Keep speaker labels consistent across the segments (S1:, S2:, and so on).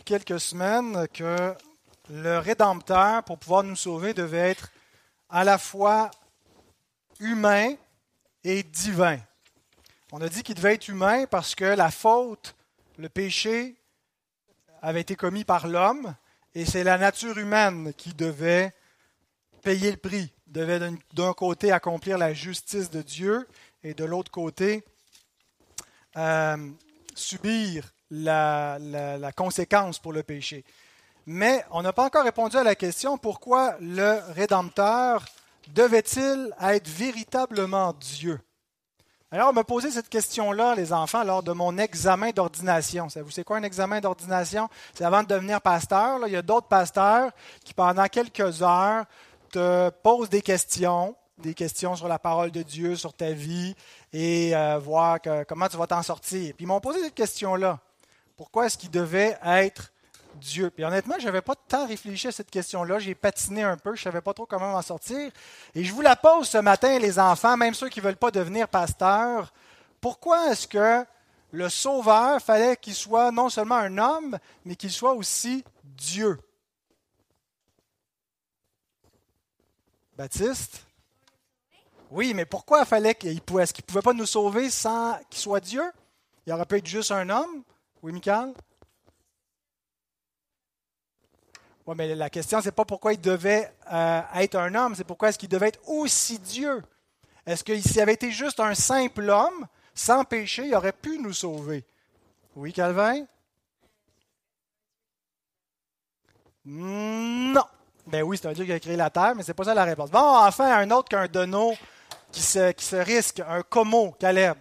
S1: quelques semaines que le Rédempteur, pour pouvoir nous sauver, devait être à la fois humain et divin. On a dit qu'il devait être humain parce que la faute, le péché, avait été commis par l'homme et c'est la nature humaine qui devait payer le prix, devait d'un côté accomplir la justice de Dieu et de l'autre côté subir la conséquence pour le péché. Mais on n'a pas encore répondu à la question pourquoi le Rédempteur devait-il être véritablement Dieu? Alors, on m'a posé cette question-là, les enfants, lors de mon examen d'ordination. Vous savez quoi un examen d'ordination? C'est avant de devenir pasteur. Là, il y a d'autres pasteurs qui, pendant quelques heures, te posent des questions sur la parole de Dieu, sur ta vie, et voir comment tu vas t'en sortir. Puis ils m'ont posé cette question-là. Pourquoi est-ce qu'il devait être Dieu? Puis honnêtement, je n'avais pas tant réfléchi à cette question-là. J'ai patiné un peu, je ne savais pas trop comment m'en sortir. Et je vous la pose ce matin, les enfants, même ceux qui ne veulent pas devenir pasteurs. Pourquoi est-ce que le Sauveur fallait qu'il soit non seulement un homme, mais qu'il soit aussi Dieu? Baptiste? Oui, mais pourquoi est-ce qu'il ne pouvait pas nous sauver sans qu'il soit Dieu? Il aurait pu être juste un homme? Oui, Michael? Oui, mais la question, ce n'est pas pourquoi il devait être un homme, c'est pourquoi est-ce qu'il devait être aussi Dieu. Est-ce que s'il avait été juste un simple homme, sans péché, il aurait pu nous sauver? Oui, Calvin? Non. Ben oui, c'est un Dieu qui a créé la terre, mais c'est pas ça la réponse. Bon, enfin, un autre qu'un Dono qui se risque, un Como, Caleb.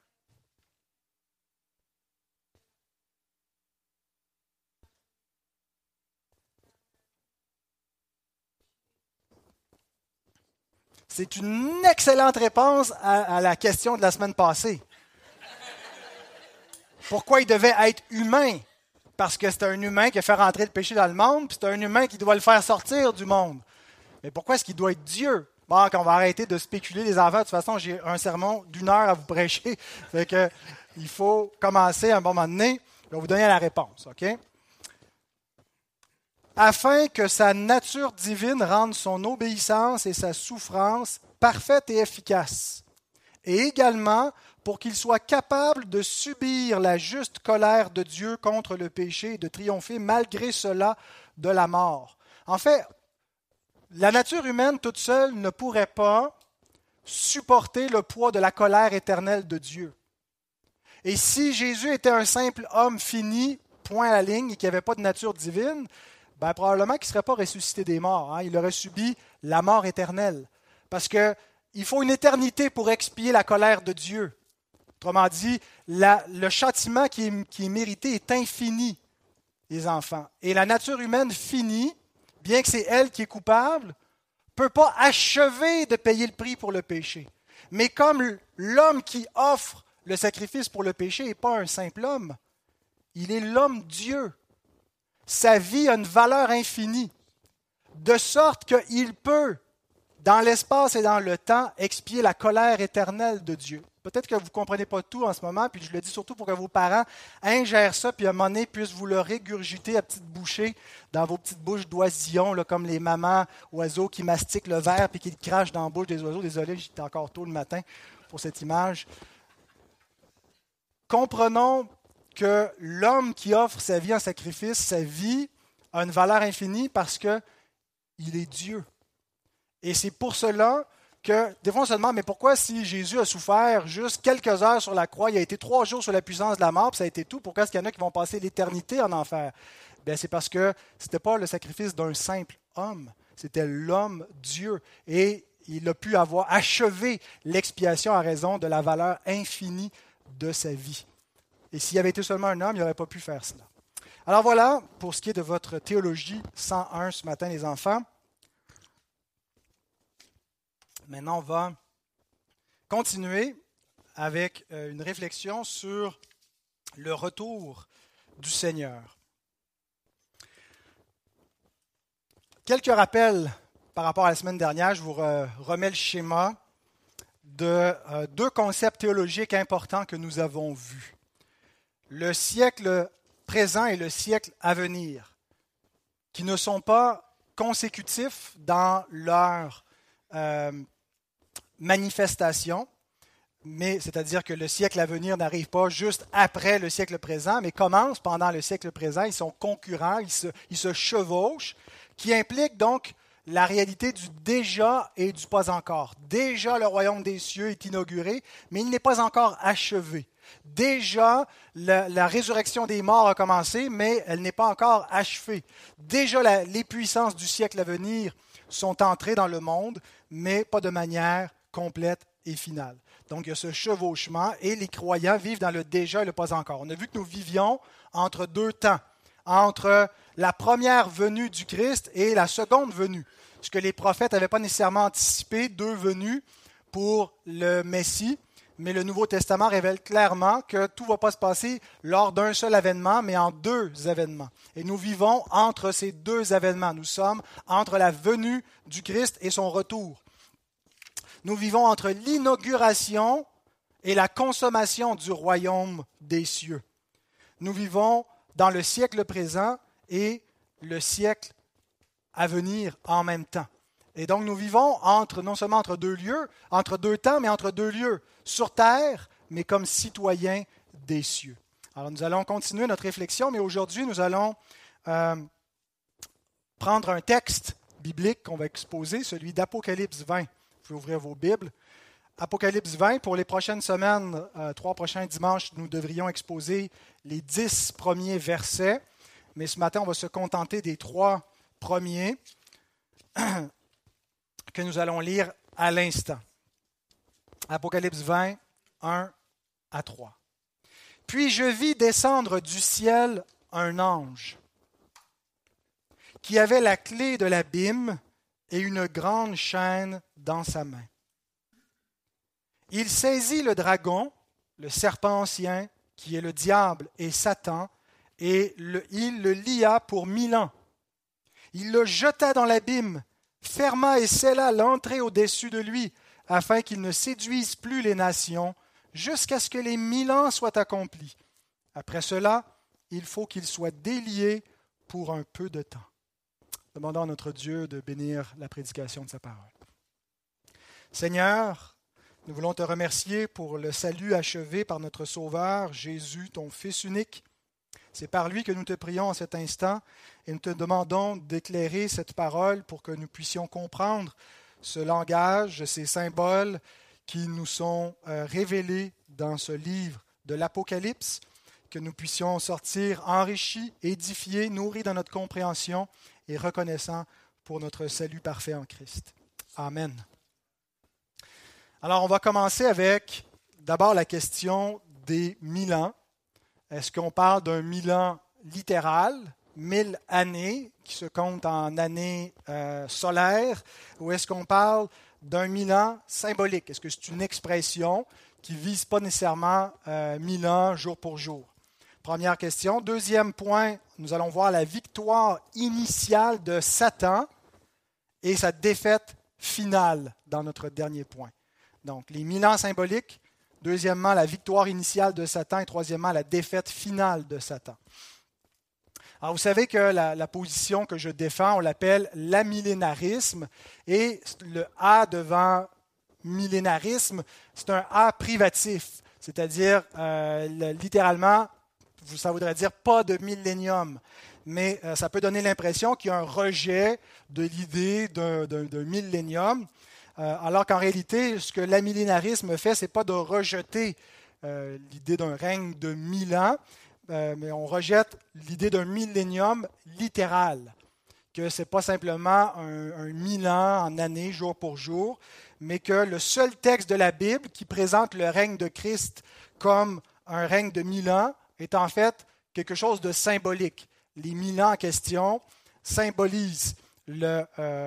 S1: C'est une excellente réponse à la question de la semaine passée. Pourquoi il devait être humain? Parce que c'est un humain qui a fait rentrer le péché dans le monde, puis c'est un humain qui doit le faire sortir du monde. Mais pourquoi est-ce qu'il doit être Dieu? Bon, on va arrêter de spéculer, les enfants. De toute façon, j'ai un sermon d'1 heure à vous prêcher. Fait que, il faut commencer à un moment donné. Je vais vous donner la réponse. OK? Afin que sa nature divine rende son obéissance et sa souffrance parfaite et efficace, et également pour qu'il soit capable de subir la juste colère de Dieu contre le péché et de triompher malgré cela de la mort. En fait, la nature humaine toute seule ne pourrait pas supporter le poids de la colère éternelle de Dieu. Et si Jésus était un simple homme fini, point à la ligne, et qui n'avait pas de nature divine, ben, probablement qu'il ne serait pas ressuscité des morts. Hein. Il aurait subi la mort éternelle. Parce qu'il faut une éternité pour expier la colère de Dieu. Autrement dit, le châtiment qui est mérité est infini, les enfants. Et la nature humaine finie, bien que c'est elle qui est coupable, ne peut pas achever de payer le prix pour le péché. Mais comme l'homme qui offre le sacrifice pour le péché n'est pas un simple homme, il est l'homme Dieu. Sa vie a une valeur infinie, de sorte qu'il peut, dans l'espace et dans le temps, expier la colère éternelle de Dieu. Peut-être que vous ne comprenez pas tout en ce moment, puis je le dis surtout pour que vos parents ingèrent ça, puis à un moment donné puissent vous le régurgiter à petite bouchée dans vos petites bouches d'oisillons, là, comme les mamans oiseaux qui mastiquent le verre puis qui le crachent dans la bouche des oiseaux. Désolé, j'étais encore tôt le matin pour cette image. Comprenons que l'homme qui offre sa vie en sacrifice, sa vie a une valeur infinie parce qu'il est Dieu. Et c'est pour cela que, des fois on se demande, mais pourquoi si Jésus a souffert juste quelques heures sur la croix, il a été 3 jours sous la puissance de la mort, puis ça a été tout, pourquoi est-ce qu'il y en a qui vont passer l'éternité en enfer? Bien, c'est parce que ce n'était pas le sacrifice d'un simple homme, c'était l'homme Dieu. Et il a pu avoir achevé l'expiation à raison de la valeur infinie de sa vie. Et s'il avait été seulement un homme, il n'aurait pas pu faire cela. Alors voilà, pour ce qui est de votre théologie 101 ce matin, les enfants. Maintenant, on va continuer avec une réflexion sur le retour du Seigneur. Quelques rappels par rapport à la semaine dernière. Je vous remets le schéma de 2 concepts théologiques importants que nous avons vus. Le siècle présent et le siècle à venir, qui ne sont pas consécutifs dans leur manifestation, mais c'est-à-dire que le siècle à venir n'arrive pas juste après le siècle présent, mais commence pendant le siècle présent. Ils sont concurrents, ils se chevauchent, qui implique donc la réalité du déjà et du pas encore. Déjà, le royaume des cieux est inauguré, mais il n'est pas encore achevé. Déjà, la résurrection des morts a commencé, mais elle n'est pas encore achevée. Déjà, les puissances du siècle à venir sont entrées dans le monde, mais pas de manière complète et finale. Donc, il y a ce chevauchement et les croyants vivent dans le déjà et le pas encore. On a vu que nous vivions entre deux temps, entre la première venue du Christ et la seconde venue. Ce que les prophètes n'avaient pas nécessairement anticipé, deux venues pour le Messie, mais le Nouveau Testament révèle clairement que tout ne va pas se passer lors d'un seul événement, mais en deux événements. Et nous vivons entre ces deux événements. Nous sommes entre la venue du Christ et son retour. Nous vivons entre l'inauguration et la consommation du royaume des cieux. Nous vivons dans le siècle présent et le siècle à venir en même temps. Et donc nous vivons non seulement entre deux lieux, entre deux temps, mais entre deux lieux, sur terre, mais comme citoyens des cieux. Alors nous allons continuer notre réflexion, mais aujourd'hui nous allons prendre un texte biblique qu'on va exposer, celui d'Apocalypse 20. Vous pouvez ouvrir vos Bibles. Apocalypse 20, pour les prochaines semaines, 3 prochains dimanches, nous devrions exposer les 10 premiers versets, mais ce matin on va se contenter des 3 premiers que nous allons lire à l'instant. Apocalypse 20, 1 à 3. Puis je vis descendre du ciel un ange qui avait la clé de l'abîme et une grande chaîne dans sa main. Il saisit le dragon, le serpent ancien, qui est le diable et Satan, et il le lia pour 1000 ans. Il le jeta dans l'abîme, ferma et scella l'entrée au-dessus de lui, afin qu'il ne séduise plus les nations, jusqu'à ce que les 1000 ans soient accomplis. Après cela, il faut qu'il soit délié pour un peu de temps. Demandons à notre Dieu de bénir la prédication de sa parole. Seigneur, nous voulons te remercier pour le salut achevé par notre Sauveur, Jésus, ton Fils unique. C'est par lui que nous te prions en cet instant et nous te demandons d'éclairer cette parole pour que nous puissions comprendre ce langage, ces symboles qui nous sont révélés dans ce livre de l'Apocalypse, que nous puissions sortir enrichis, édifiés, nourris dans notre compréhension et reconnaissants pour notre salut parfait en Christ. Amen. Alors, on va commencer avec d'abord la question des 1000 ans. Est-ce qu'on parle d'un 1000 ans littéral, 1000 années, qui se comptent en années solaires, ou est-ce qu'on parle d'un 1000 ans symbolique? Est-ce que c'est une expression qui ne vise pas nécessairement 1000 ans jour pour jour? Première question. Deuxième point, nous allons voir la victoire initiale de Satan et sa défaite finale dans notre dernier point. Donc, les 1000 ans symboliques. Deuxièmement, la victoire initiale de Satan. Et troisièmement, la défaite finale de Satan. Alors, vous savez que la position que je défends, on l'appelle l'amillénarisme. Et le A devant millénarisme, c'est un A privatif. C'est-à-dire, littéralement, ça voudrait dire pas de millénium. Mais ça peut donner l'impression qu'il y a un rejet de l'idée d'un millénium. Alors qu'en réalité, ce que l'amillénarisme fait, ce n'est pas de rejeter l'idée d'un règne de 1000 ans, mais on rejette l'idée d'un millénium littéral, que ce n'est pas simplement un 1000 ans en années, jour pour jour, mais que le seul texte de la Bible qui présente le règne de Christ comme un règne de 1000 ans est en fait quelque chose de symbolique. Les 1000 ans en question symbolisent le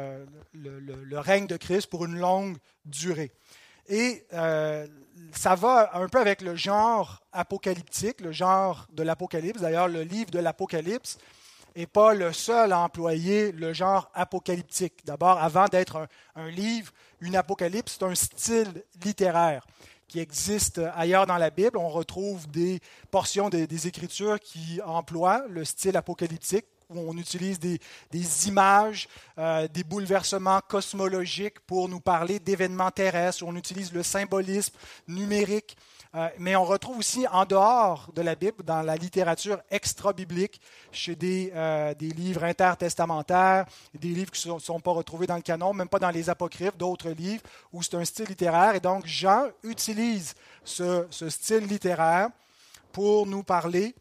S1: règne de Christ pour une longue durée. Et ça va un peu avec le genre apocalyptique, le genre de l'Apocalypse. D'ailleurs, le livre de l'Apocalypse n'est pas le seul à employer le genre apocalyptique. D'abord, avant d'être un livre, une apocalypse, c'est un style littéraire qui existent ailleurs dans la Bible. On retrouve des portions des Écritures qui emploient le style apocalyptique, où on utilise des images, des bouleversements cosmologiques pour nous parler d'événements terrestres, où on utilise le symbolisme numérique. Mais on retrouve aussi en dehors de la Bible, dans la littérature extra-biblique, chez des livres intertestamentaires, des livres qui ne sont pas retrouvés dans le canon, même pas dans les apocryphes, d'autres livres, où c'est un style littéraire. Et donc, Jean utilise ce style littéraire pour nous parler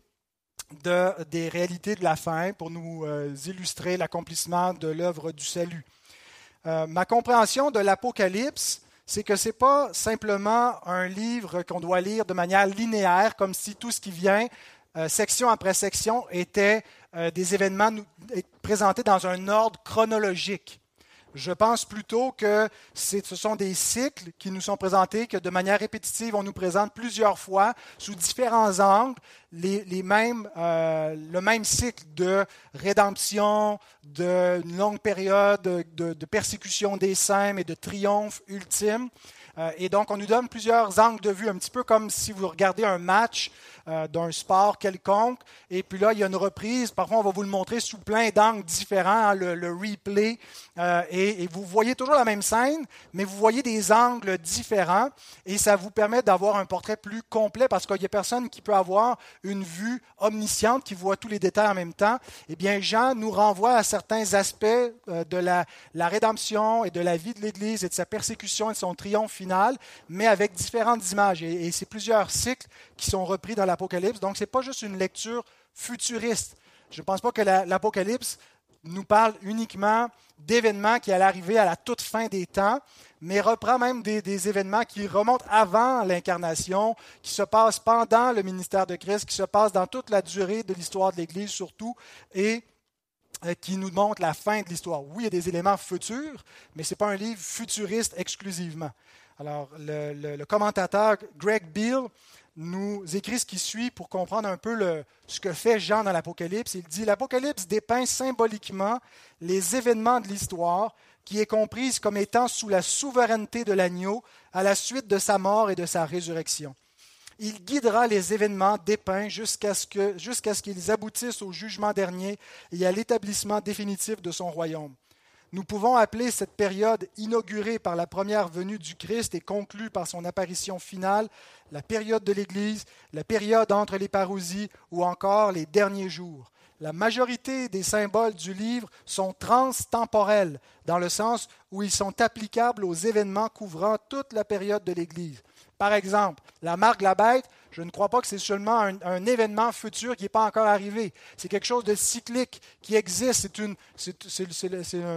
S1: des réalités de la fin, pour nous illustrer l'accomplissement de l'œuvre du salut. Ma compréhension de l'Apocalypse, c'est que ce n'est pas simplement un livre qu'on doit lire de manière linéaire, comme si tout ce qui vient, section après section, était des événements présentés dans un ordre chronologique. Je pense plutôt que ce sont des cycles qui nous sont présentés, que de manière répétitive, on nous présente plusieurs fois, sous différents angles, le même cycle de rédemption, d'une longue période de persécution des saints et de triomphe ultime. Et donc, on nous donne plusieurs angles de vue, un petit peu comme si vous regardez un match d'un sport quelconque, et puis là, il y a une reprise. Parfois, on va vous le montrer sous plein d'angles différents, le replay, et vous voyez toujours la même scène, mais vous voyez des angles différents, et ça vous permet d'avoir un portrait plus complet, parce qu'il n'y a personne qui peut avoir une vue omnisciente, qui voit tous les détails en même temps. Eh bien, Jean nous renvoie à certains aspects de la rédemption et de la vie de l'Église et de sa persécution et de son triomphe final, mais avec différentes images. Et c'est plusieurs cycles qui sont repris dans l'Apocalypse. Donc, ce n'est pas juste une lecture futuriste. Je ne pense pas que l'Apocalypse nous parle uniquement d'événements qui allaient arriver à la toute fin des temps, mais reprend même des événements qui remontent avant l'incarnation, qui se passent pendant le ministère de Christ, qui se passent dans toute la durée de l'histoire de l'Église surtout, et qui nous montre la fin de l'histoire. Oui, il y a des éléments futurs, mais ce n'est pas un livre futuriste exclusivement. Alors, le commentateur Greg Beale nous écrit ce qui suit pour comprendre un peu ce que fait Jean dans l'Apocalypse. Il dit « L'Apocalypse dépeint symboliquement les événements de l'histoire qui est comprise comme étant sous la souveraineté de l'agneau à la suite de sa mort et de sa résurrection. Il guidera les événements dépeints jusqu'à ce qu'ils aboutissent au jugement dernier et à l'établissement définitif de son royaume. Nous pouvons appeler cette période inaugurée par la première venue du Christ et conclue par son apparition finale la période de l'Église, la période entre les parousies ou encore les derniers jours. La majorité des symboles du livre sont transtemporels, dans le sens où ils sont applicables aux événements couvrant toute la période de l'Église. Par exemple, la marque de la bête, je ne crois pas que c'est seulement un événement futur qui n'est pas encore arrivé. C'est quelque chose de cyclique qui existe. C'est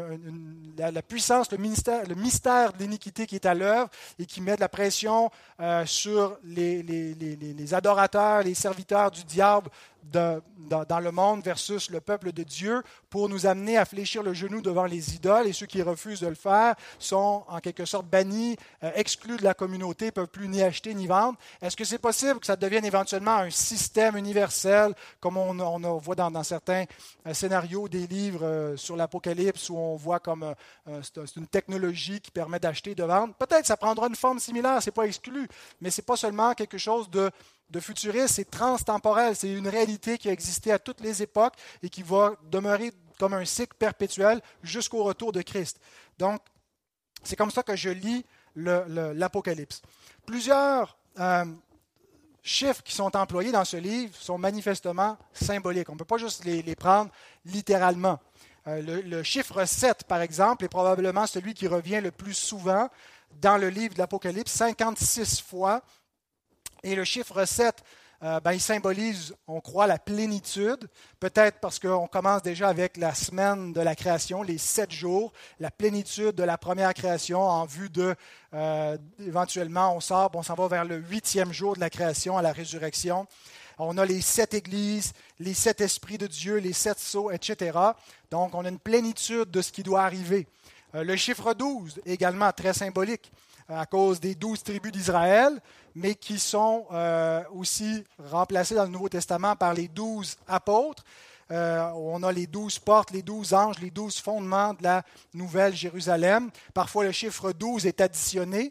S1: la puissance, le mystère de l'iniquité qui est à l'œuvre et qui met de la pression sur les adorateurs, les serviteurs du diable dans le monde versus le peuple de Dieu pour nous amener à fléchir le genou devant les idoles, et ceux qui refusent de le faire sont en quelque sorte bannis, exclus de la communauté, ne peuvent plus ni acheter ni vendre. Est-ce que c'est possible que ça devienne éventuellement un système universel, comme on voit dans certains scénarios des livres sur l'Apocalypse, où on voit comme c'est une technologie qui permet d'acheter et de vendre? Peut-être ça prendra une forme similaire, ce n'est pas exclu, mais ce n'est pas seulement quelque chose de futuriste, c'est transtemporel, c'est une réalité qui a existé à toutes les époques et qui va demeurer comme un cycle perpétuel jusqu'au retour de Christ. Donc, c'est comme ça que je lis l'Apocalypse. Plusieurs chiffres qui sont employés dans ce livre sont manifestement symboliques. On ne peut pas juste les prendre littéralement. Le chiffre 7, par exemple, est probablement celui qui revient le plus souvent dans le livre de l'Apocalypse, 56 fois. Et le chiffre 7, il symbolise, on croit, la plénitude, peut-être parce qu'on commence déjà avec la semaine de la création, les 7 jours, la plénitude de la première création en vue de, éventuellement, on s'en va vers le 8e jour de la création, à la résurrection. On a les 7 églises, les 7 esprits de Dieu, les 7 sceaux, etc. Donc, on a une plénitude de ce qui doit arriver. Le chiffre 12, également très symbolique, à cause des 12 tribus d'Israël, mais qui sont aussi remplacés dans le Nouveau Testament par les 12 apôtres. On a les 12 portes, les 12 anges, les 12 fondements de la Nouvelle Jérusalem. Parfois, le chiffre 12 est additionné.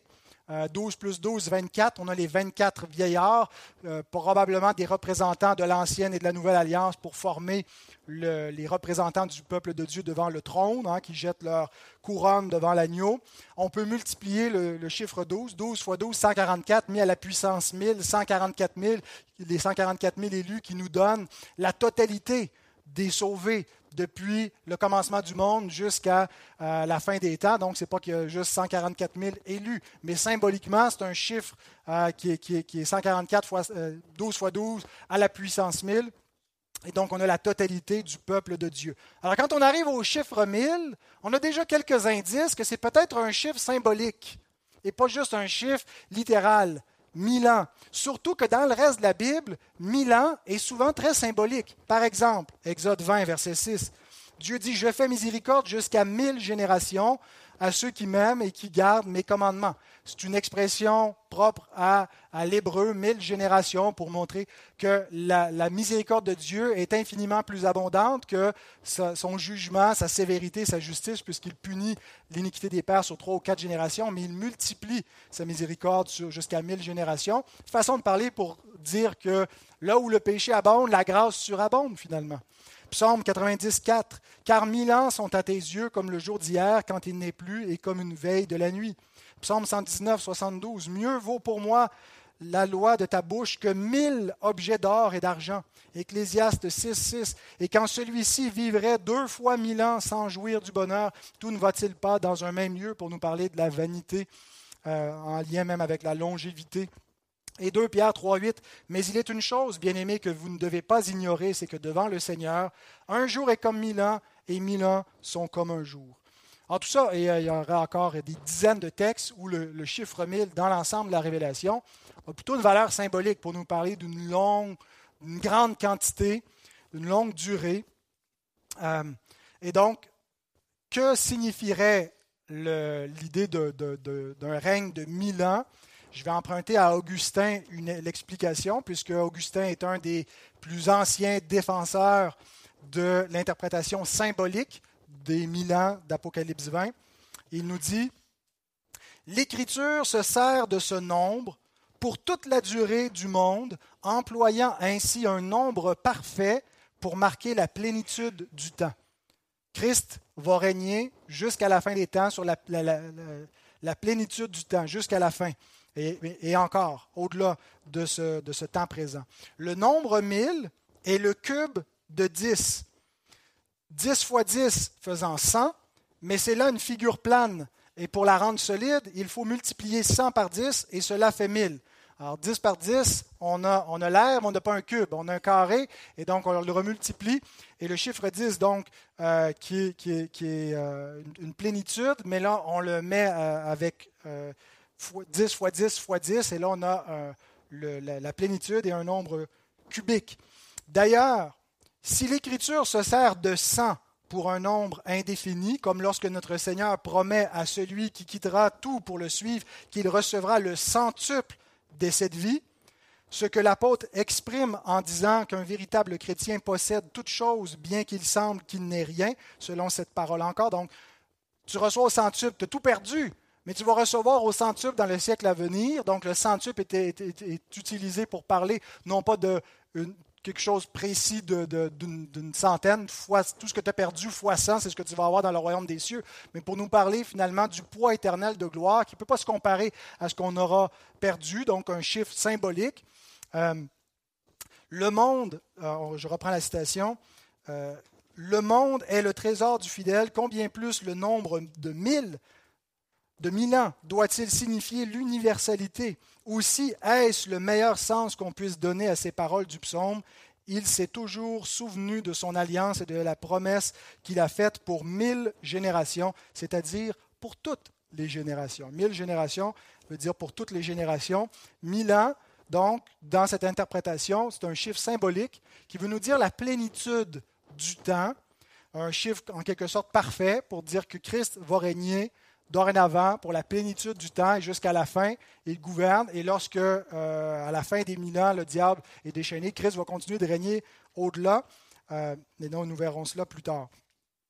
S1: 12 plus 12, 24. On a les 24 vieillards, probablement des représentants de l'Ancienne et de la Nouvelle Alliance pour former les représentants du peuple de Dieu devant le trône, qui jettent leur couronne devant l'agneau. On peut multiplier le chiffre 12. 12 fois 12, 144, mis à la puissance 1000, 144 000, les 144 000 élus qui nous donnent la totalité des sauvés depuis le commencement du monde jusqu'à la fin des temps. Donc, ce n'est pas qu'il y a juste 144 000 élus, mais symboliquement, c'est un chiffre qui est 144 fois 12 fois 12 à la puissance 1000. Et donc, on a la totalité du peuple de Dieu. Alors, quand on arrive au chiffre 1000, on a déjà quelques indices que c'est peut-être un chiffre symbolique et pas juste un chiffre littéral. 1000 ans. Surtout que dans le reste de la Bible, 1000 ans est souvent très symbolique. Par exemple, Exode 20, verset 6, Dieu dit « Je fais miséricorde jusqu'à 1000 générations à ceux qui m'aiment et qui gardent mes commandements. » C'est une expression propre à l'hébreu, 1000 générations, pour montrer que la miséricorde de Dieu est infiniment plus abondante que son jugement, sa sévérité, sa justice, puisqu'il punit l'iniquité des pères sur 3 ou 4 générations, mais il multiplie sa miséricorde jusqu'à 1000 générations. Façon de parler pour dire que là où le péché abonde, la grâce surabonde finalement. Psaume 94, « Car 1000 ans sont à tes yeux comme le jour d'hier quand il n'est plus et comme une veille de la nuit. » Psaume 119, 72, « Mieux vaut pour moi la loi de ta bouche que 1000 objets d'or et d'argent. » Ecclésiaste 6, 6, « Et quand celui-ci vivrait 2 fois 1000 ans sans jouir du bonheur, tout ne va-t-il pas dans un même lieu pour nous parler de la vanité en lien même avec la longévité? Et 2 Pierre 3, 8, « Mais il est une chose, bien-aimés, que vous ne devez pas ignorer, c'est que devant le Seigneur, un jour est comme 1000 ans, et 1000 ans sont comme un jour. » Alors tout ça, et il y aura encore des dizaines de textes où le chiffre 1000 dans l'ensemble de la Révélation a plutôt une valeur symbolique pour nous parler d'une grande quantité, d'une longue durée. Et donc, que signifierait l'idée d'un règne de 1000 ans? Je vais emprunter à Augustin l'explication, puisque Augustin est un des plus anciens défenseurs de l'interprétation symbolique des 1000 ans d'Apocalypse 20. Il nous dit « L'Écriture se sert de ce nombre pour toute la durée du monde, employant ainsi un nombre parfait pour marquer la plénitude du temps. Christ va régner jusqu'à la fin des temps sur la plénitude du temps, jusqu'à la fin. Et encore, au-delà de ce temps présent. Le nombre 1000 est le cube de 10. 10 fois 10 faisant 100, mais c'est là une figure plane. Et pour la rendre solide, il faut multiplier 100 par 10 et cela fait 1000. Alors 10 par 10, on a l'air, mais on n'a pas un cube, on a un carré, et donc on le remultiplie. Et le chiffre 10, donc, qui est une plénitude, mais là, on le met avec 10 fois 10 fois 10, et là, on a la plénitude et un nombre cubique. D'ailleurs, si l'Écriture se sert de 100 pour un nombre indéfini, comme lorsque notre Seigneur promet à celui qui quittera tout pour le suivre qu'il recevra le centuple de cette vie, ce que l'apôtre exprime en disant qu'un véritable chrétien possède toute chose, bien qu'il semble qu'il n'ait rien, selon cette parole encore. Donc, tu reçois au centuple, tu as tout perdu, mais tu vas recevoir au centuple dans le siècle à venir. Donc, le centuple est utilisé pour parler non pas de quelque chose précis d'une centaine, fois tout ce que tu as perdu fois 100, c'est ce que tu vas avoir dans le royaume des cieux, mais pour nous parler finalement du poids éternel de gloire qui ne peut pas se comparer à ce qu'on aura perdu, donc un chiffre symbolique. Le monde, je reprends la citation, le monde est le trésor du fidèle, combien plus le nombre de 1000 ans doit-il signifier l'universalité? Aussi, est-ce le meilleur sens qu'on puisse donner à ces paroles du psaume? Il s'est toujours souvenu de son alliance et de la promesse qu'il a faite pour 1000 générations, c'est-à-dire pour toutes les générations. 1000 générations veut dire pour toutes les générations. 1000 ans, donc, dans cette interprétation, c'est un chiffre symbolique qui veut nous dire la plénitude du temps, un chiffre en quelque sorte parfait pour dire que Christ va régner dorénavant pour la plénitude du temps et jusqu'à la fin, il gouverne. Et lorsque, à la fin des 1000 ans, le diable est déchaîné, Christ va continuer de régner au-delà. Mais non, nous verrons cela plus tard.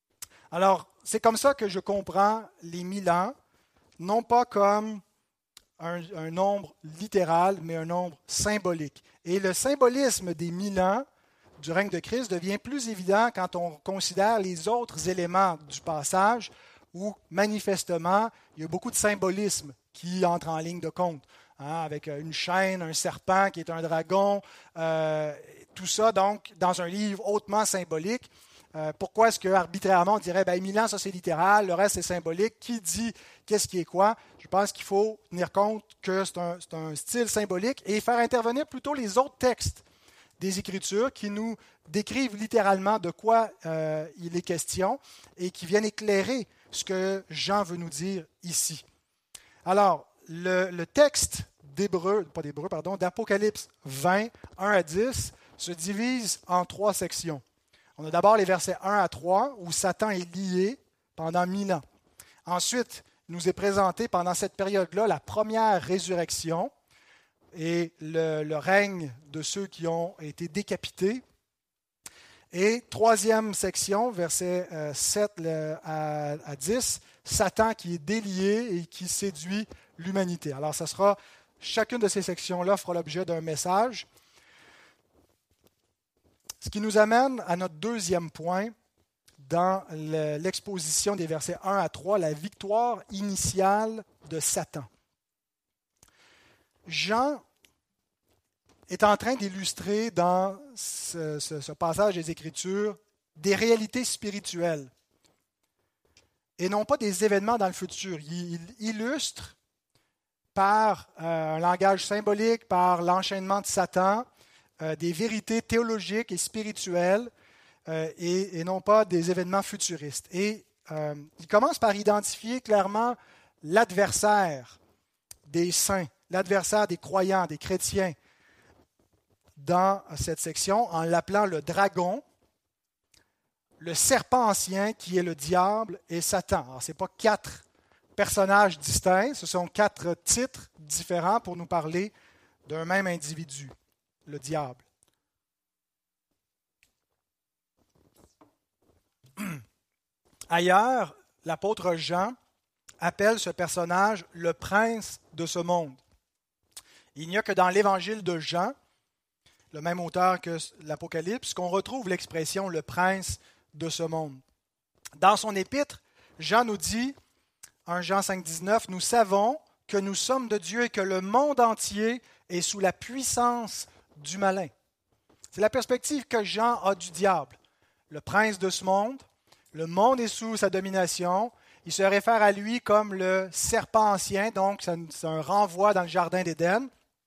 S1: Alors, c'est comme ça que je comprends les 1000 ans, non pas comme un nombre littéral, mais un nombre symbolique. Et le symbolisme des 1000 ans du règne de Christ devient plus évident quand on considère les autres éléments du passage où, manifestement, il y a beaucoup de symbolisme qui entre en ligne de compte, avec une chaîne, un serpent qui est un dragon, tout ça, donc, dans un livre hautement symbolique. Pourquoi est-ce qu'arbitrairement on dirait 1000 ans, ça c'est littéral, le reste c'est symbolique? Qui dit qu'est-ce qui est quoi? Je pense qu'il faut tenir compte que c'est un style symbolique et faire intervenir plutôt les autres textes des Écritures qui nous décrivent littéralement de quoi il est question et qui viennent éclairer ce que Jean veut nous dire ici. Alors, le texte d'Apocalypse 20, 1 à 10, se divise en 3 sections. On a d'abord les versets 1 à 3, où Satan est lié pendant 1000 ans. Ensuite, il nous est présenté pendant cette période-là la première résurrection et le règne de ceux qui ont été décapités. Et troisième section, versets 7 à 10, Satan qui est délié et qui séduit l'humanité. Alors, chacune de ces sections-là fera l'objet d'un message. Ce qui nous amène à notre deuxième point dans l'exposition des versets 1 à 3, la victoire initiale de Satan. Jean est en train d'illustrer dans ce passage des Écritures des réalités spirituelles et non pas des événements dans le futur. Il illustre par un langage symbolique, par l'enchaînement de Satan, des vérités théologiques et spirituelles et non pas des événements futuristes. Et il commence par identifier clairement l'adversaire des saints, l'adversaire des croyants, des chrétiens dans cette section en l'appelant le dragon, le serpent ancien qui est le diable et Satan. Alors, ce n'est pas 4 personnages distincts, ce sont 4 titres différents pour nous parler d'un même individu. Le diable. Ailleurs, l'apôtre Jean appelle ce personnage le prince de ce monde. Il n'y a que dans l'évangile de Jean, le même auteur que l'Apocalypse, qu'on retrouve l'expression le prince de ce monde. Dans son épître, Jean nous dit, 1 Jean 5,19, nous savons que nous sommes de Dieu et que le monde entier est sous la puissance du malin. C'est la perspective que Jean a du diable. Le prince de ce monde, le monde est sous sa domination. Il se réfère à lui comme le serpent ancien, donc c'est un renvoi dans le jardin d'Éden.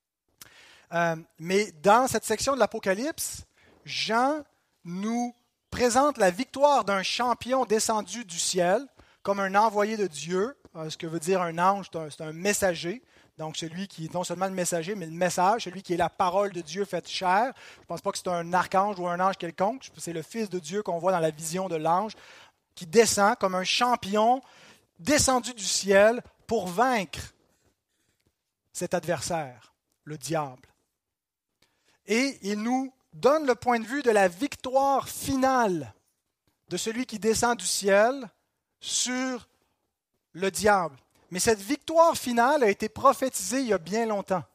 S1: Mais dans cette section de l'Apocalypse, Jean nous présente la victoire d'un champion descendu du ciel, comme un envoyé de Dieu. Ce que veut dire un ange, c'est un messager. Donc, celui qui est non seulement le messager, mais le message, celui qui est la parole de Dieu faite chair. Je ne pense pas que c'est un archange ou un ange quelconque. C'est le Fils de Dieu qu'on voit dans la vision de l'ange, qui descend comme un champion descendu du ciel pour vaincre cet adversaire, le diable. Et il nous donne le point de vue de la victoire finale de celui qui descend du ciel sur le diable. Mais cette victoire finale a été prophétisée il y a bien longtemps,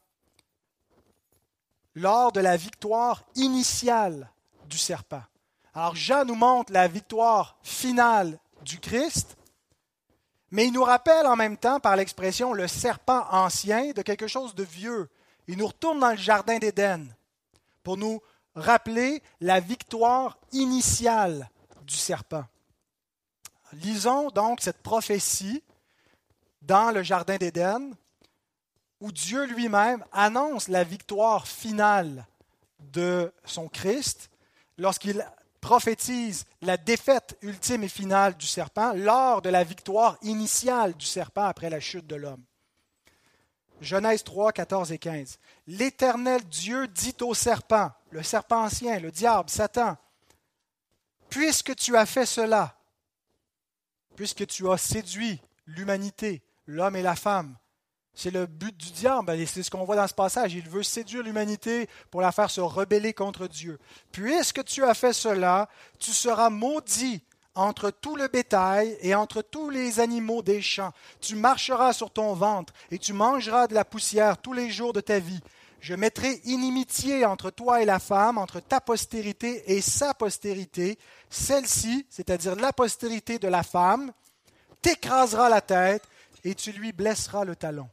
S1: lors de la victoire initiale du serpent. Alors Jean nous montre la victoire finale du Christ, mais il nous rappelle en même temps par l'expression le serpent ancien de quelque chose de vieux. Il nous retourne dans le jardin d'Éden pour nous rappeler la victoire initiale du serpent. Lisons donc cette prophétie dans le jardin d'Éden, où Dieu lui-même annonce la victoire finale de son Christ, lorsqu'il prophétise la défaite ultime et finale du serpent, lors de la victoire initiale du serpent après la chute de l'homme. Genèse 3, 14 et 15. L'Éternel Dieu dit au serpent, le serpent ancien, le diable, Satan, « Puisque tu as fait cela, puisque tu as séduit l'humanité, l'homme et la femme. » C'est le but du diable, et c'est ce qu'on voit dans ce passage. Il veut séduire l'humanité pour la faire se rebeller contre Dieu. « Puisque tu as fait cela, tu seras maudit entre tout le bétail et entre tous les animaux des champs. Tu marcheras sur ton ventre et tu mangeras de la poussière tous les jours de ta vie. Je mettrai inimitié entre toi et la femme, entre ta postérité et sa postérité. Celle-ci, c'est-à-dire la postérité de la femme, t'écrasera la tête et tu lui blesseras le talon.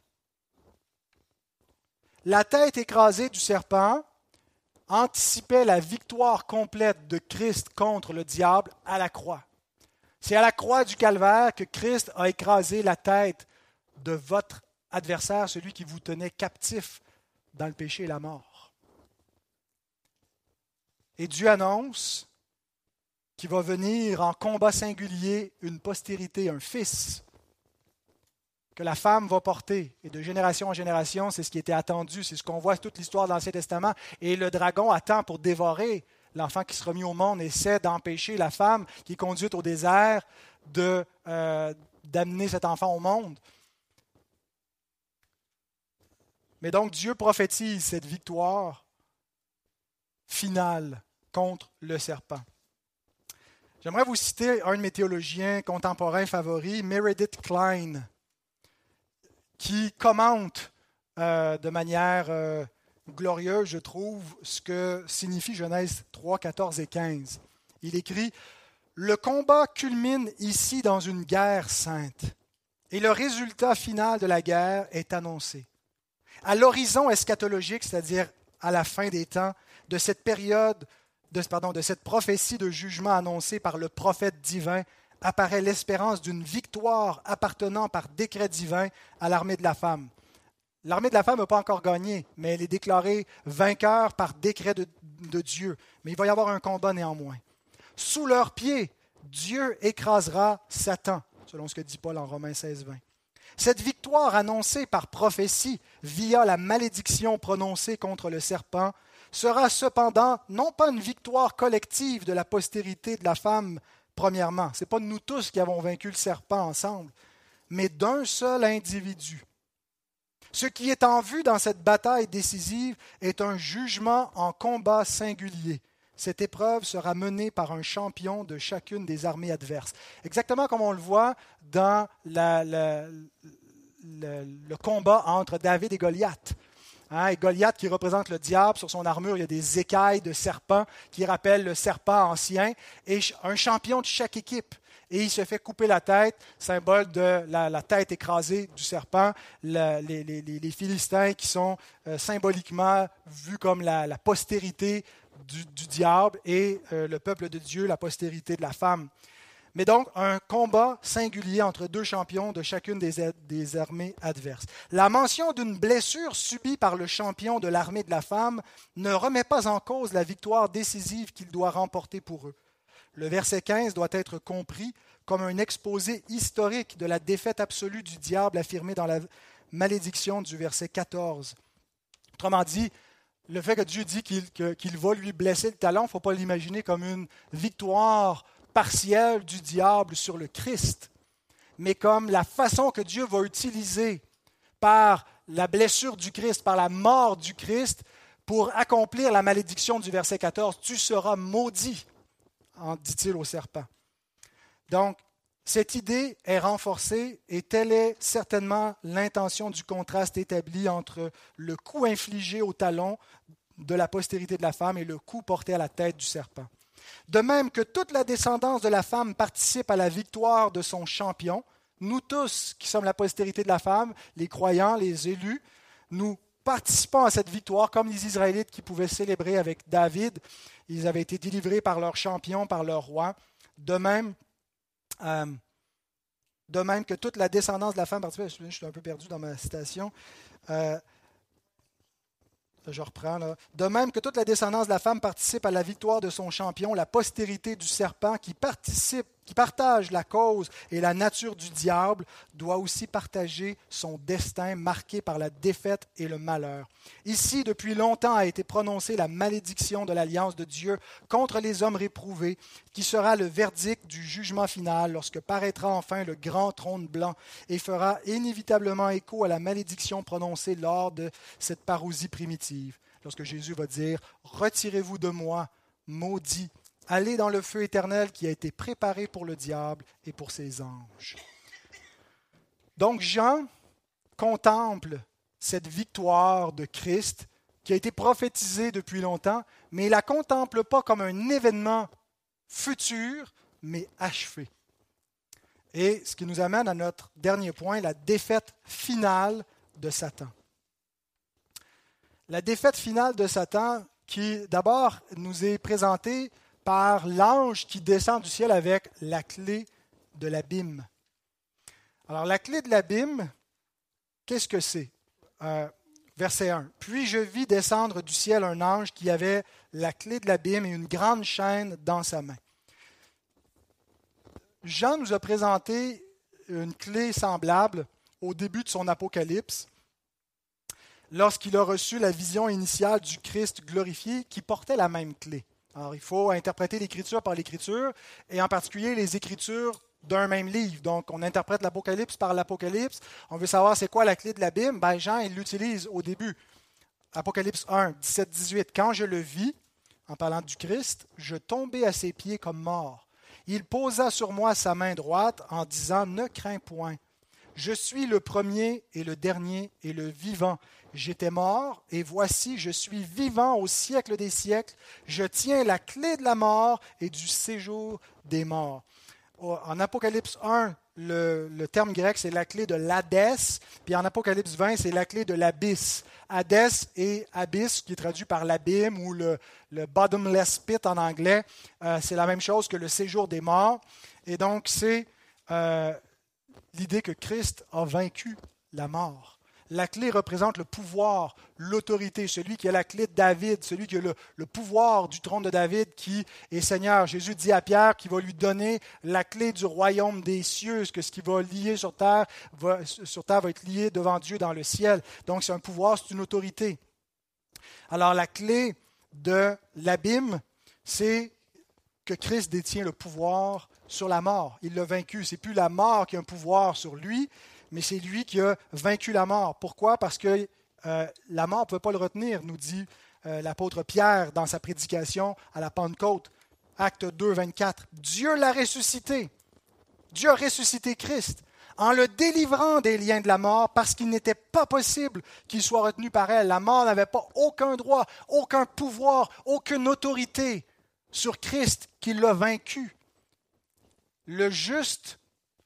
S1: La tête écrasée du serpent anticipait la victoire complète de Christ contre le diable à la croix. C'est à la croix du Calvaire que Christ a écrasé la tête de votre adversaire, celui qui vous tenait captif dans le péché et la mort. Et Dieu annonce qu'il va venir en combat singulier une postérité, un fils, que la femme va porter. Et de génération en génération, c'est ce qui était attendu, c'est ce qu'on voit toute l'histoire de l'Ancien Testament. Et le dragon attend pour dévorer l'enfant qui sera mis au monde, essaie d'empêcher la femme qui est conduite au désert d'amener cet enfant au monde. Mais donc Dieu prophétise cette victoire finale contre le serpent. J'aimerais vous citer un de mes théologiens contemporains favoris, Meredith Kline, qui commente de manière glorieuse, je trouve, ce que signifie Genèse 3, 14 et 15. Il écrit « Le combat culmine ici dans une guerre sainte, et le résultat final de la guerre est annoncé. À l'horizon eschatologique, c'est-à-dire à la fin des temps, de cette période, de cette prophétie de jugement annoncée par le prophète divin, apparaît l'espérance d'une victoire appartenant par décret divin à l'armée de la femme. » L'armée de la femme n'a pas encore gagné, mais elle est déclarée vainqueur par décret de Dieu. Mais il va y avoir un combat néanmoins. Sous leurs pieds, Dieu écrasera Satan, selon ce que dit Paul en Romains 16, 20. Cette victoire annoncée par prophétie via la malédiction prononcée contre le serpent sera cependant non pas une victoire collective de la postérité de la femme, premièrement. Ce n'est pas nous tous qui avons vaincu le serpent ensemble, mais d'un seul individu. Ce qui est en vue dans cette bataille décisive est un jugement en combat singulier. Cette épreuve sera menée par un champion de chacune des armées adverses. Exactement comme on le voit dans le combat entre David et Goliath. Et Goliath qui représente le diable, sur son armure, il y a des écailles de serpent qui rappellent le serpent ancien, et un champion de chaque équipe. Et il se fait couper la tête, symbole de la tête écrasée du serpent. Les Philistins qui sont symboliquement vus comme la postérité du diable et le peuple de Dieu, la postérité de la femme. Mais donc, un combat singulier entre deux champions de chacune des armées adverses. La mention d'une blessure subie par le champion de l'armée de la femme ne remet pas en cause la victoire décisive qu'il doit remporter pour eux. Le verset 15 doit être compris comme un exposé historique de la défaite absolue du diable affirmée dans la malédiction du verset 14. Autrement dit, le fait que Dieu dit qu'il va lui blesser le talon, il ne faut pas l'imaginer comme une victoire partielle du diable sur le Christ, mais comme la façon que Dieu va utiliser par la blessure du Christ, par la mort du Christ, pour accomplir la malédiction du verset 14. « Tu seras maudit », dit-il au serpent. Donc, cette idée est renforcée et telle est certainement l'intention du contraste établi entre le coup infligé au talon de la postérité de la femme et le coup porté à la tête du serpent. De même que toute la descendance de la femme participe à la victoire de son champion, nous tous qui sommes la postérité de la femme, les croyants, les élus, nous participons à cette victoire comme les Israélites qui pouvaient célébrer avec David. Ils avaient été délivrés par leur champion, par leur roi. De même que toute la descendance de la femme participe, je suis un peu perdu dans ma citation. Je reprends là. De même que toute la descendance de la femme participe à la victoire de son champion, la postérité du serpent qui partage la cause et la nature du diable, doit aussi partager son destin marqué par la défaite et le malheur. Ici, depuis longtemps a été prononcée la malédiction de l'alliance de Dieu contre les hommes réprouvés, qui sera le verdict du jugement final lorsque paraîtra enfin le grand trône blanc et fera inévitablement écho à la malédiction prononcée lors de cette parousie primitive. Lorsque Jésus va dire « Retirez-vous de moi, maudits, aller dans le feu éternel qui a été préparé pour le diable et pour ses anges. Donc Jean contemple cette victoire de Christ qui a été prophétisée depuis longtemps, mais il ne la contemple pas comme un événement futur, mais achevé. Et ce qui nous amène à notre dernier point, la défaite finale de Satan. La défaite finale de Satan qui, d'abord, nous est présentée par l'ange qui descend du ciel avec la clé de l'abîme. Alors, la clé de l'abîme, qu'est-ce que c'est? Verset 1. « Puis je vis descendre du ciel un ange qui avait la clé de l'abîme et une grande chaîne dans sa main. » Jean nous a présenté une clé semblable au début de son Apocalypse, lorsqu'il a reçu la vision initiale du Christ glorifié qui portait la même clé. Alors, il faut interpréter l'Écriture par l'Écriture, et en particulier les Écritures d'un même livre. Donc, on interprète l'Apocalypse par l'Apocalypse. On veut savoir c'est quoi la clé de l'abîme. Ben, Jean, il l'utilise au début. Apocalypse 1, 17-18. « Quand je le vis, en parlant du Christ, je tombai à ses pieds comme mort. Il posa sur moi sa main droite en disant, « Ne crains point. Je suis le premier et le dernier et le vivant. J'étais mort, et voici, je suis vivant au siècle des siècles. Je tiens la clé de la mort et du séjour des morts. » En Apocalypse 1, le terme grec, c'est la clé de l'Hadès, puis en Apocalypse 20, c'est la clé de l'abysse. Hadès et abysse, qui est traduit par l'abîme ou le bottomless pit en anglais, c'est la même chose que le séjour des morts. Et donc, c'est l'idée que Christ a vaincu la mort. La clé représente le pouvoir, l'autorité, celui qui a la clé de David, celui qui a le pouvoir du trône de David, qui est Seigneur. Jésus dit à Pierre qu'il va lui donner la clé du royaume des cieux, que ce qui va lier sur terre va être lié devant Dieu dans le ciel. Donc c'est un pouvoir, c'est une autorité. Alors la clé de l'abîme, c'est que Christ détient le pouvoir sur la mort. Il l'a vaincu. Ce n'est plus la mort qui a un pouvoir sur lui, mais c'est lui qui a vaincu la mort. Pourquoi? Parce que la mort ne peut pas le retenir, nous dit l'apôtre Pierre dans sa prédication à la Pentecôte, Acte 2, 24. Dieu l'a ressuscité. Dieu a ressuscité Christ en le délivrant des liens de la mort parce qu'il n'était pas possible qu'il soit retenu par elle. La mort n'avait pas aucun droit, aucun pouvoir, aucune autorité sur Christ qui l'a vaincu. Le juste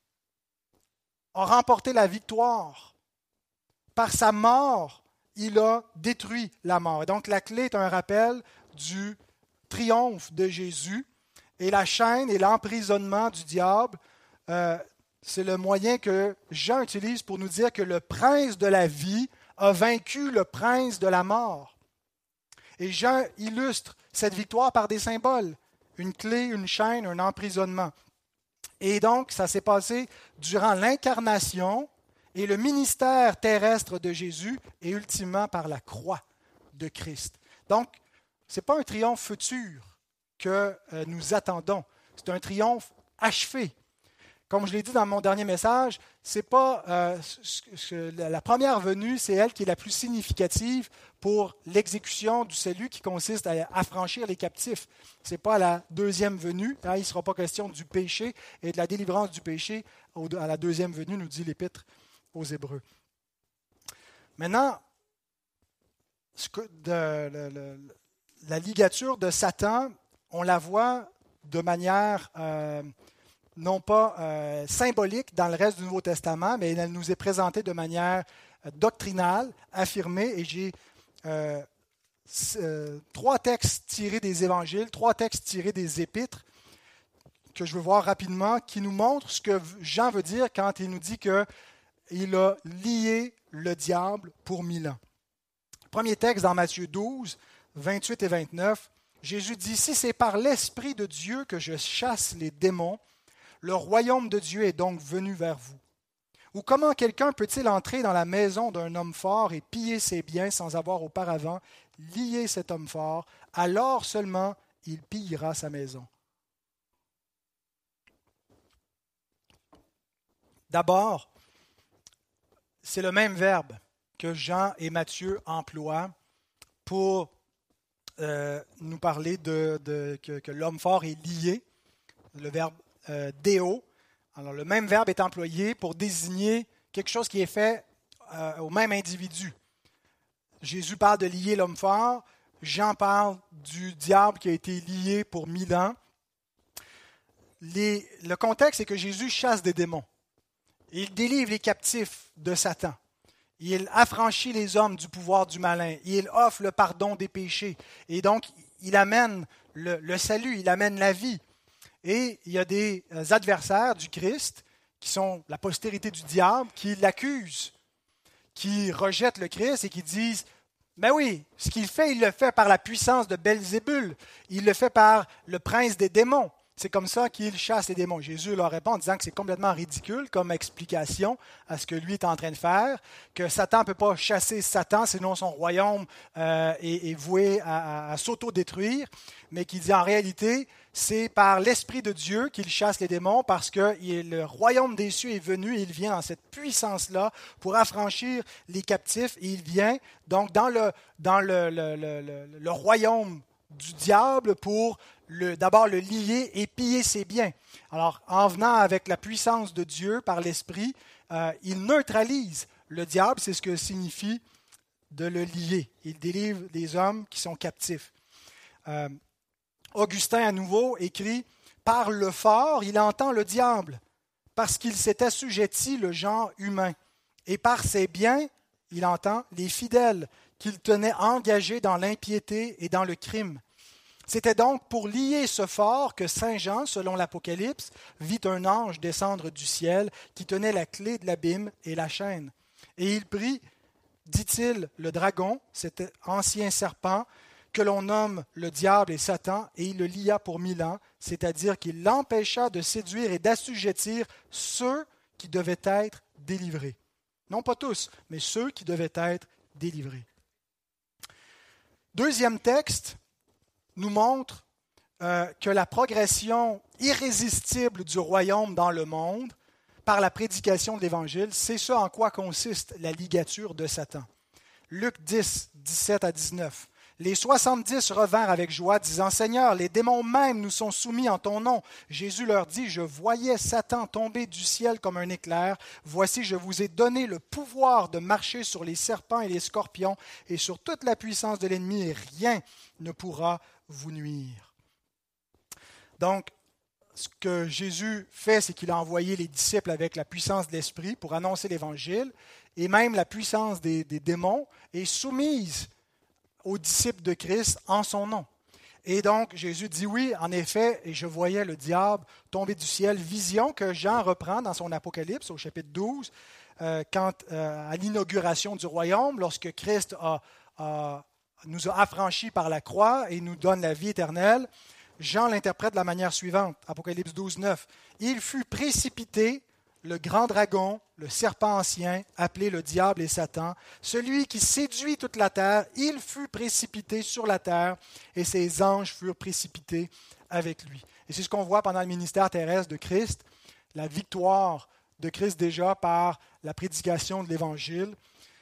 S1: a remporté la victoire. Par sa mort, il a détruit la mort. Et donc la clé est un rappel du triomphe de Jésus. Et la chaîne et l'emprisonnement du diable, c'est le moyen que Jean utilise pour nous dire que le prince de la vie a vaincu le prince de la mort. Et Jean illustre cette victoire par des symboles. Une clé, une chaîne, un emprisonnement. Et donc, ça s'est passé durant l'incarnation et le ministère terrestre de Jésus et ultimement par la croix de Christ. Donc, ce n'est pas un triomphe futur que nous attendons. C'est un triomphe achevé. Comme je l'ai dit dans mon dernier message, c'est pas la première venue, c'est elle qui est la plus significative pour l'exécution du salut qui consiste à affranchir les captifs. Ce n'est pas la deuxième venue. Hein, il ne sera pas question du péché et de la délivrance du péché à la deuxième venue, nous dit l'Épître aux Hébreux. Maintenant, la ligature de Satan, on la voit de manière non pas symbolique dans le reste du Nouveau Testament, mais elle nous est présentée de manière doctrinale, affirmée, et j'ai 3 textes tirés des évangiles, 3 textes tirés des épîtres, que je veux voir rapidement, qui nous montrent ce que Jean veut dire quand il nous dit qu'il a lié le diable pour 1000 ans. Premier texte dans Matthieu 12, 28 et 29, Jésus dit « Si c'est par l'Esprit de Dieu que je chasse les démons, le royaume de Dieu est donc venu vers vous. Ou comment quelqu'un peut-il entrer dans la maison d'un homme fort et piller ses biens sans avoir auparavant lié cet homme fort? Alors seulement il pillera sa maison. » D'abord, c'est le même verbe que Jean et Matthieu emploient pour nous parler que l'homme fort est lié, le verbe déo. Alors, le même verbe est employé pour désigner quelque chose qui est fait au même individu. Jésus parle de lier l'homme fort. Jean parle du diable qui a été lié pour 1000 ans. Le contexte est que Jésus chasse des démons. Il délivre les captifs de Satan. Il affranchit les hommes du pouvoir du malin. Il offre le pardon des péchés. Et donc, il amène le salut, il amène la vie. Et il y a des adversaires du Christ, qui sont la postérité du diable, qui l'accusent, qui rejettent le Christ et qui disent « Mais oui, ce qu'il fait, il le fait par la puissance de Belzébul. Il le fait par le prince des démons. » C'est comme ça qu'il chasse les démons. Jésus leur répond en disant que c'est complètement ridicule comme explication à ce que lui est en train de faire, que Satan ne peut pas chasser Satan, sinon son royaume est voué à s'auto-détruire, mais qu'il dit en réalité, c'est par l'Esprit de Dieu qu'il chasse les démons parce que le royaume des cieux est venu et il vient dans cette puissance-là pour affranchir les captifs. Et il vient donc dans le royaume du diable pour d'abord le lier et piller ses biens. Alors, en venant avec la puissance de Dieu par l'Esprit, il neutralise le diable, c'est ce que signifie de le lier. Il délivre les hommes qui sont captifs. Augustin, à nouveau, écrit « Par le fort, il entend le diable, parce qu'il s'est assujetti le genre humain. Et par ses biens, il entend les fidèles qu'il tenait engagés dans l'impiété et dans le crime. » C'était donc pour lier ce fort que Saint Jean, selon l'Apocalypse, vit un ange descendre du ciel qui tenait la clé de l'abîme et la chaîne. Et il prit, dit-il, le dragon, cet ancien serpent, que l'on nomme le diable et Satan, et il le lia pour 1000 ans, c'est-à-dire qu'il l'empêcha de séduire et d'assujettir ceux qui devaient être délivrés. Non pas tous, mais ceux qui devaient être délivrés. Deuxième texte nous montre que la progression irrésistible du royaume dans le monde, par la prédication de l'Évangile, c'est ce en quoi consiste la ligature de Satan. Luc 10, 17 à 19. Les 70 revinrent avec joie, disant « Seigneur, les démons même nous sont soumis en ton nom. » Jésus leur dit « Je voyais Satan tomber du ciel comme un éclair. Voici, je vous ai donné le pouvoir de marcher sur les serpents et les scorpions et sur toute la puissance de l'ennemi, et rien ne pourra vous nuire. » Donc, ce que Jésus fait, c'est qu'il a envoyé les disciples avec la puissance de l'Esprit pour annoncer l'Évangile, et même la puissance des démons est soumise aux disciples de Christ en son nom. Et donc, Jésus dit oui, en effet, et je voyais le diable tomber du ciel, vision que Jean reprend dans son Apocalypse au chapitre 12, à l'inauguration du royaume, lorsque Christ nous a affranchis par la croix et nous donne la vie éternelle. Jean l'interprète de la manière suivante, Apocalypse 12, 9. « Il fut précipité, le grand dragon, le serpent ancien, appelé le diable et Satan, celui qui séduit toute la terre, il fut précipité sur la terre et ses anges furent précipités avec lui. » Et c'est ce qu'on voit pendant le ministère terrestre de Christ, la victoire de Christ déjà par la prédication de l'Évangile.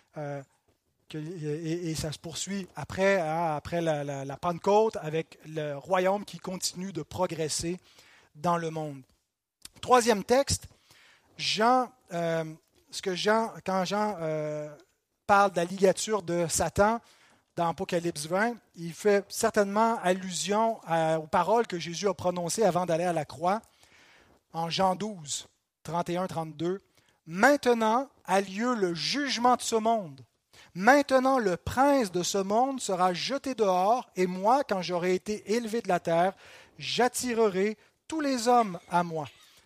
S1: Et ça se poursuit après la Pentecôte avec le royaume qui continue de progresser dans le monde. Troisième texte, quand Jean parle de la ligature de Satan dans Apocalypse 20, il fait certainement allusion aux paroles que Jésus a prononcées avant d'aller à la croix en Jean 12, 31-32. « Maintenant a lieu le jugement de ce monde. Maintenant, le prince de ce monde sera jeté dehors, et moi, quand j'aurai été élevé de la terre, j'attirerai tous les hommes à moi. »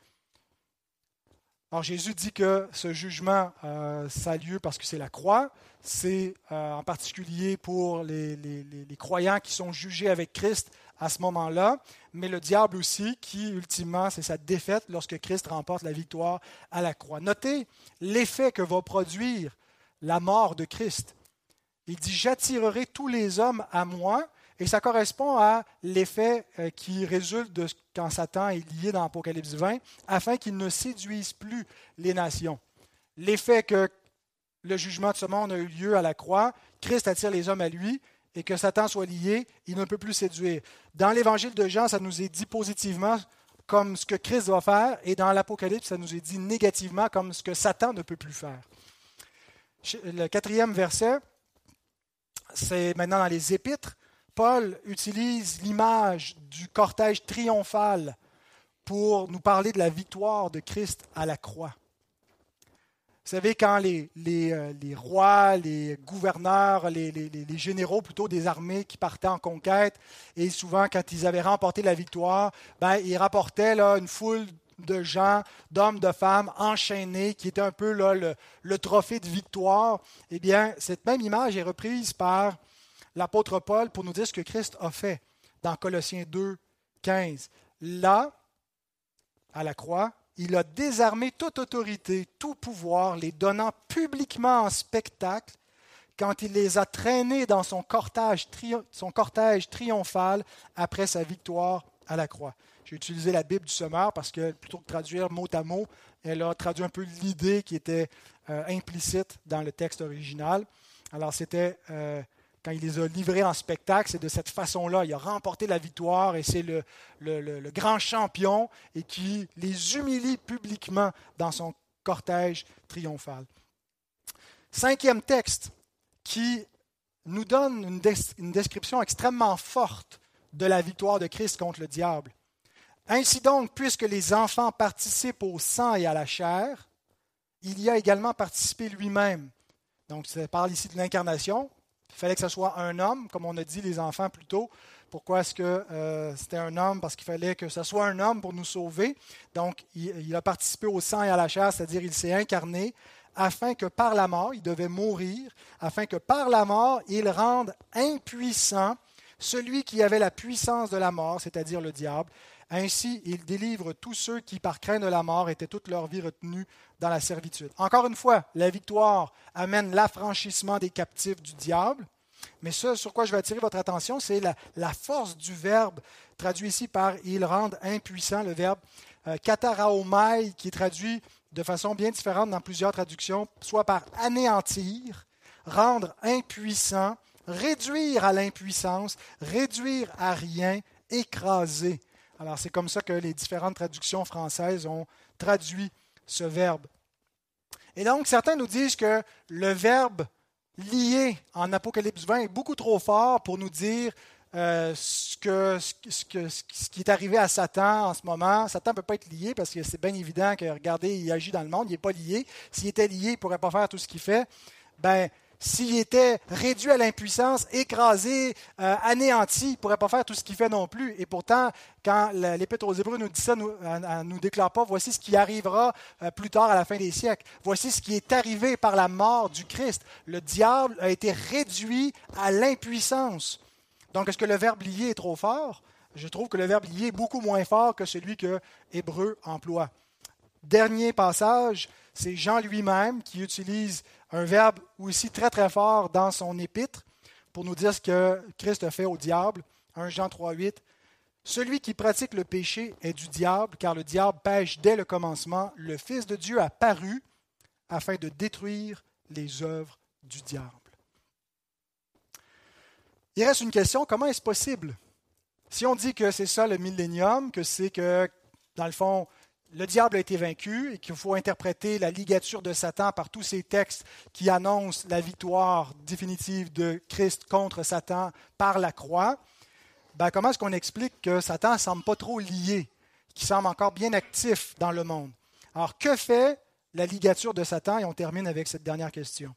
S1: Alors Jésus dit que ce jugement, ça a lieu parce que c'est la croix. C'est en particulier pour les croyants qui sont jugés avec Christ à ce moment-là, mais le diable aussi, qui ultimement, c'est sa défaite lorsque Christ remporte la victoire à la croix. Notez l'effet que va produire la mort de Christ. Il dit « J'attirerai tous les hommes à moi », et ça correspond à l'effet qui résulte de quand Satan est lié dans Apocalypse 20, afin qu'il ne séduise plus les nations. L'effet que le jugement de ce monde a eu lieu à la croix, Christ attire les hommes à lui, et que Satan soit lié, il ne peut plus séduire. Dans l'Évangile de Jean, ça nous est dit positivement comme ce que Christ va faire, et dans l'Apocalypse, ça nous est dit négativement comme ce que Satan ne peut plus faire. Le 4e verset, c'est maintenant dans les Épîtres. Paul utilise l'image du cortège triomphal pour nous parler de la victoire de Christ à la croix. Vous savez, quand les rois, les gouverneurs, les généraux plutôt des armées qui partaient en conquête, et souvent quand ils avaient remporté la victoire, ils rapportaient là, une foule de gens, d'hommes, de femmes enchaînés, qui étaient un peu là, le trophée de victoire. Eh bien, cette même image est reprise par l'apôtre Paul pour nous dire ce que Christ a fait dans Colossiens 2, 15. Là, à la croix, il a désarmé toute autorité, tout pouvoir, les donnant publiquement en spectacle quand il les a traînés dans son cortège triomphal après sa victoire à la croix. J'ai utilisé la Bible du Sommeur parce que plutôt que de traduire mot à mot, elle a traduit un peu l'idée qui était implicite dans le texte original. Alors c'était quand il les a livrés en spectacle, c'est de cette façon-là. Il a remporté la victoire et c'est le grand champion et qui les humilie publiquement dans son cortège triomphal. 5e texte qui nous donne une description extrêmement forte de la victoire de Christ contre le diable. Ainsi donc, puisque les enfants participent au sang et à la chair, il y a également participé lui-même. Donc, ça parle ici de l'incarnation. Il fallait que ce soit un homme, comme on a dit les enfants plus tôt. Pourquoi est-ce que c'était un homme? Parce qu'il fallait que ce soit un homme pour nous sauver. Donc, il a participé au sang et à la chair, c'est-à-dire il s'est incarné, afin que par la mort, il devait mourir, afin que par la mort, il rende impuissant celui qui avait la puissance de la mort, c'est-à-dire le diable. Ainsi, il délivre tous ceux qui, par crainte de la mort, étaient toute leur vie retenus dans la servitude. Encore une fois, la victoire amène l'affranchissement des captifs du diable. Mais ce sur quoi je vais attirer votre attention, c'est la force du verbe, traduit ici par « il rend impuissant », le verbe kataraomai, qui est traduit de façon bien différente dans plusieurs traductions, soit par « anéantir », rendre impuissant, réduire à l'impuissance, réduire à rien, écraser. Alors, c'est comme ça que les différentes traductions françaises ont traduit ce verbe. Et donc, certains nous disent que le verbe lié en Apocalypse 20 est beaucoup trop fort pour nous dire ce qui est arrivé à Satan en ce moment. Satan ne peut pas être lié parce que c'est bien évident que, regardez, il agit dans le monde, il n'est pas lié. S'il était lié, il ne pourrait pas faire tout ce qu'il fait. S'il était réduit à l'impuissance, écrasé, anéanti, il ne pourrait pas faire tout ce qu'il fait non plus. Et pourtant, quand l'Épître aux Hébreux nous dit ça, elle ne nous déclare pas, voici ce qui arrivera plus tard à la fin des siècles. Voici ce qui est arrivé par la mort du Christ. Le diable a été réduit à l'impuissance. Donc, est-ce que le verbe lié est trop fort? Je trouve que le verbe lié est beaucoup moins fort que celui que Hébreu emploie. Dernier passage, c'est Jean lui-même qui utilise un verbe aussi très très fort dans son épître pour nous dire ce que Christ a fait au diable. 1 Jean 3,8. Celui qui pratique le péché est du diable, car le diable pêche dès le commencement. Le Fils de Dieu a paru afin de détruire les œuvres du diable. Il reste une question, comment est-ce possible? Si on dit que c'est ça le millénium, que c'est que, dans le fond, le diable a été vaincu et qu'il faut interpréter la ligature de Satan par tous ces textes qui annoncent la victoire définitive de Christ contre Satan par la croix, comment est-ce qu'on explique que Satan ne semble pas trop lié, qu'il semble encore bien actif dans le monde? Alors, que fait la ligature de Satan? Et on termine avec cette dernière question.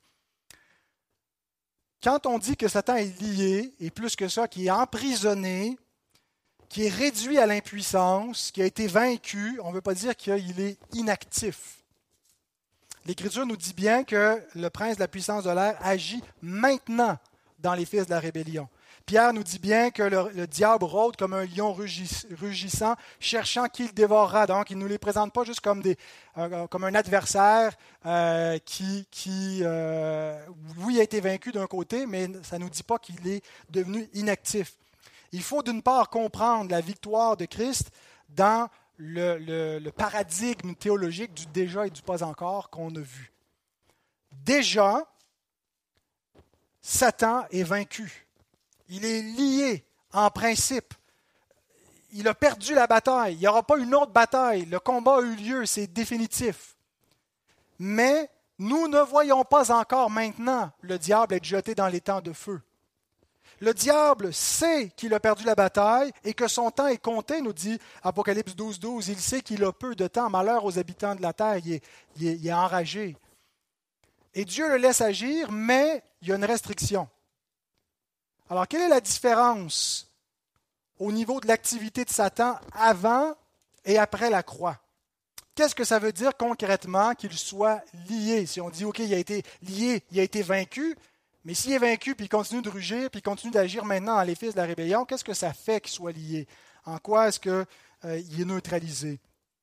S1: Quand on dit que Satan est lié, et plus que ça, qu'il est emprisonné, qui est réduit à l'impuissance, qui a été vaincu, on ne veut pas dire qu'il est inactif. L'Écriture nous dit bien que le prince de la puissance de l'air agit maintenant dans les fils de la rébellion. Pierre nous dit bien que le diable rôde comme un lion rugissant, cherchant qui le dévorera. Donc, il ne nous les présente pas juste comme un adversaire qui a été vaincu d'un côté, mais ça ne nous dit pas qu'il est devenu inactif. Il faut d'une part comprendre la victoire de Christ dans le paradigme théologique du déjà et du pas encore qu'on a vu. Déjà, Satan est vaincu. Il est lié en principe. Il a perdu la bataille. Il n'y aura pas une autre bataille. Le combat a eu lieu, c'est définitif. Mais nous ne voyons pas encore maintenant le diable être jeté dans les temps de feu. Le diable sait qu'il a perdu la bataille et que son temps est compté, nous dit Apocalypse 12:12. Il sait qu'il a peu de temps. Malheur aux habitants de la terre. Il est enragé. Et Dieu le laisse agir, mais il y a une restriction. Alors, quelle est la différence au niveau de l'activité de Satan avant et après la croix? Qu'est-ce que ça veut dire concrètement qu'il soit lié? Si on dit, OK, il a été lié, il a été vaincu, mais s'il est vaincu, puis il continue de rugir, puis il continue d'agir maintenant dans les fils de la rébellion, qu'est-ce que ça fait qu'il soit lié? En quoi est-ce qu'il est neutralisé?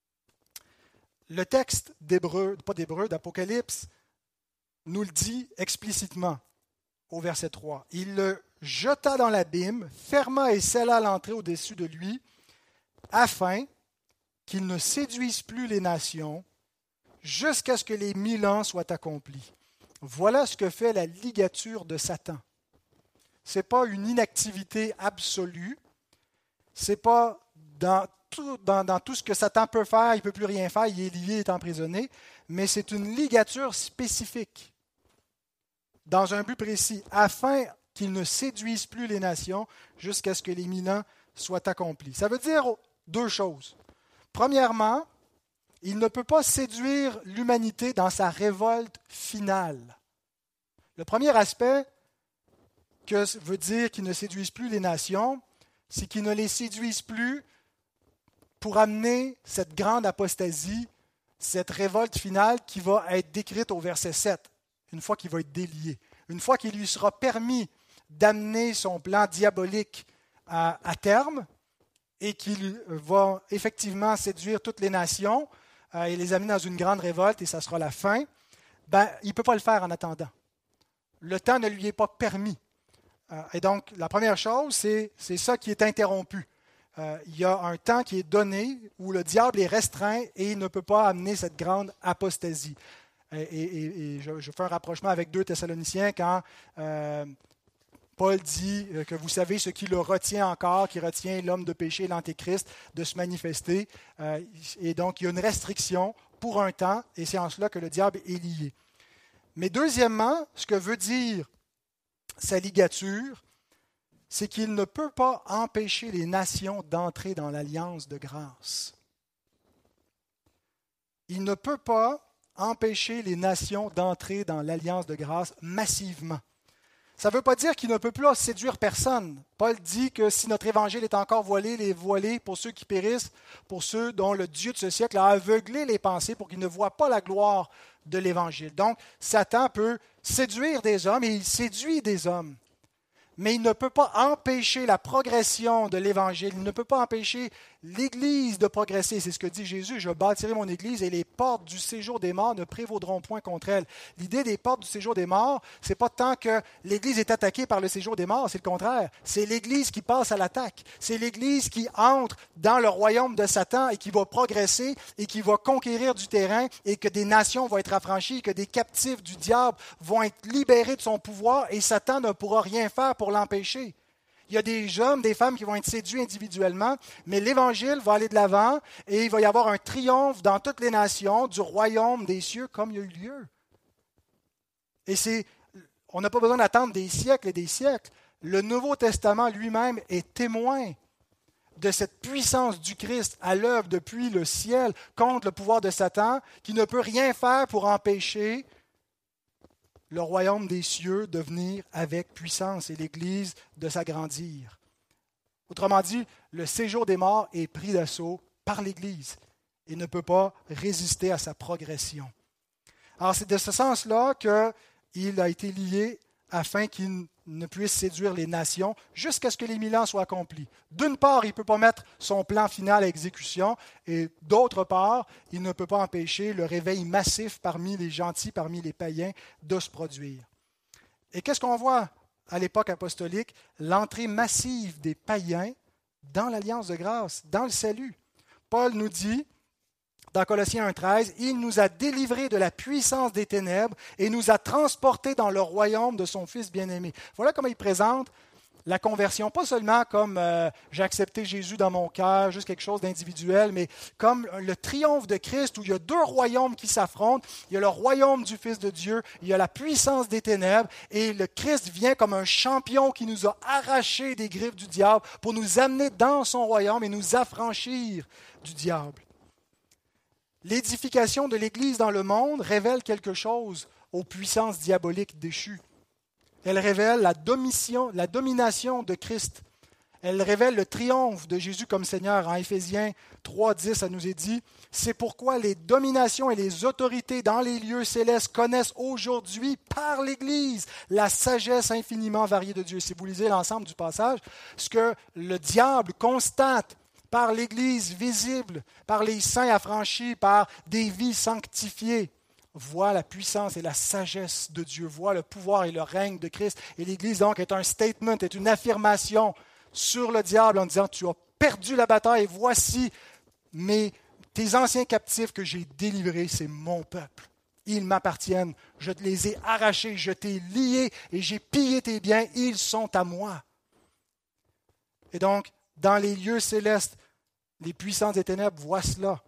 S1: Le texte d'Apocalypse nous le dit explicitement au verset 3. Il le jeta dans l'abîme, ferma et scella l'entrée au-dessus de lui, afin qu'il ne séduise plus les nations jusqu'à ce que les 1000 ans soient accomplis. Voilà ce que fait la ligature de Satan. Ce n'est pas une inactivité absolue. Ce n'est pas dans tout ce que Satan peut faire, il ne peut plus rien faire, il est lié, il est emprisonné, mais c'est une ligature spécifique dans un but précis, afin qu'il ne séduise plus les nations jusqu'à ce que les 1000 ans soient accomplis. Ça veut dire deux choses. Premièrement, il ne peut pas séduire l'humanité dans sa révolte finale. Le premier aspect que veut dire qu'il ne séduise plus les nations, c'est qu'il ne les séduise plus pour amener cette grande apostasie, cette révolte finale qui va être décrite au verset 7, une fois qu'il va être délié, une fois qu'il lui sera permis d'amener son plan diabolique à terme, et qu'il va effectivement séduire toutes les nations et les amener dans une grande révolte, et ça sera la fin, il ne peut pas le faire en attendant. Le temps ne lui est pas permis. Et donc, la première chose, c'est ça qui est interrompu. Il y a un temps qui est donné où le diable est restreint et il ne peut pas amener cette grande apostasie. Et je fais un rapprochement avec 2 Thessaloniciens quand Paul dit que vous savez ce qui le retient encore, qui retient l'homme de péché, l'antéchrist, de se manifester. Et donc, il y a une restriction pour un temps, et c'est en cela que le diable est lié. Mais deuxièmement, ce que veut dire sa ligature, c'est qu'il ne peut pas empêcher les nations d'entrer dans l'alliance de grâce. Il ne peut pas empêcher les nations d'entrer dans l'alliance de grâce massivement. Ça ne veut pas dire qu'il ne peut plus séduire personne. Paul dit que si notre évangile est encore voilé, il est voilé pour ceux qui périssent, pour ceux dont le Dieu de ce siècle a aveuglé les pensées pour qu'ils ne voient pas la gloire de l'évangile. Donc, Satan peut séduire des hommes et il séduit des hommes. Mais il ne peut pas empêcher la progression de l'Évangile. Il ne peut pas empêcher l'Église de progresser. C'est ce que dit Jésus. « Je bâtirai mon Église et les portes du séjour des morts ne prévaudront point contre elle. » L'idée des portes du séjour des morts, ce n'est pas tant que l'Église est attaquée par le séjour des morts, c'est le contraire. C'est l'Église qui passe à l'attaque. C'est l'Église qui entre dans le royaume de Satan et qui va progresser et qui va conquérir du terrain et que des nations vont être affranchies, que des captifs du diable vont être libérés de son pouvoir et Satan ne pourra rien faire pour l'empêcher. Il y a des hommes, des femmes qui vont être séduits individuellement, mais l'Évangile va aller de l'avant et il va y avoir un triomphe dans toutes les nations du royaume des cieux comme il y a eu lieu. Et on n'a pas besoin d'attendre des siècles et des siècles. Le Nouveau Testament lui-même est témoin de cette puissance du Christ à l'œuvre depuis le ciel contre le pouvoir de Satan qui ne peut rien faire pour empêcher le royaume des cieux de venir avec puissance et l'Église de s'agrandir. Autrement dit, le séjour des morts est pris d'assaut par l'Église et ne peut pas résister à sa progression. Alors c'est de ce sens-là qu'il a été lié afin qu'il ne puisse séduire les nations jusqu'à ce que les 1000 ans soient accomplis. D'une part, il ne peut pas mettre son plan final à exécution, et d'autre part, il ne peut pas empêcher le réveil massif parmi les gentils, parmi les païens, de se produire. Et qu'est-ce qu'on voit à l'époque apostolique? L'entrée massive des païens dans l'alliance de grâce, dans le salut. Paul nous dit, dans Colossiens 1,13, « Il nous a délivrés de la puissance des ténèbres et nous a transportés dans le royaume de son Fils bien-aimé. » Voilà comment il présente La conversion, pas seulement comme j'ai accepté Jésus dans mon cœur, juste quelque chose d'individuel, mais comme le triomphe de Christ où il y a deux royaumes qui s'affrontent. Il y a le royaume du Fils de Dieu, il y a la puissance des ténèbres, et le Christ vient comme un champion qui nous a arrachés des griffes du diable pour nous amener dans son royaume et nous affranchir du diable. L'édification de l'Église dans le monde révèle quelque chose aux puissances diaboliques déchues. Elle révèle la domination de Christ. Elle révèle le triomphe de Jésus comme Seigneur. En Éphésiens 3:10, ça nous est dit, « C'est pourquoi les dominations et les autorités dans les lieux célestes connaissent aujourd'hui par l'Église la sagesse infiniment variée de Dieu. » Si vous lisez l'ensemble du passage, ce que le diable constate par l'Église visible, par les saints affranchis, par des vies sanctifiées, voit la puissance et la sagesse de Dieu, voit le pouvoir et le règne de Christ. Et l'Église, donc, est un statement, est une affirmation sur le diable en disant, tu as perdu la bataille, voici tes anciens captifs que j'ai délivrés, c'est mon peuple. Ils m'appartiennent, je te les ai arrachés, je t'ai liés et j'ai pillé tes biens, ils sont à moi. Et donc, dans les lieux célestes, les puissances des ténèbres voient cela.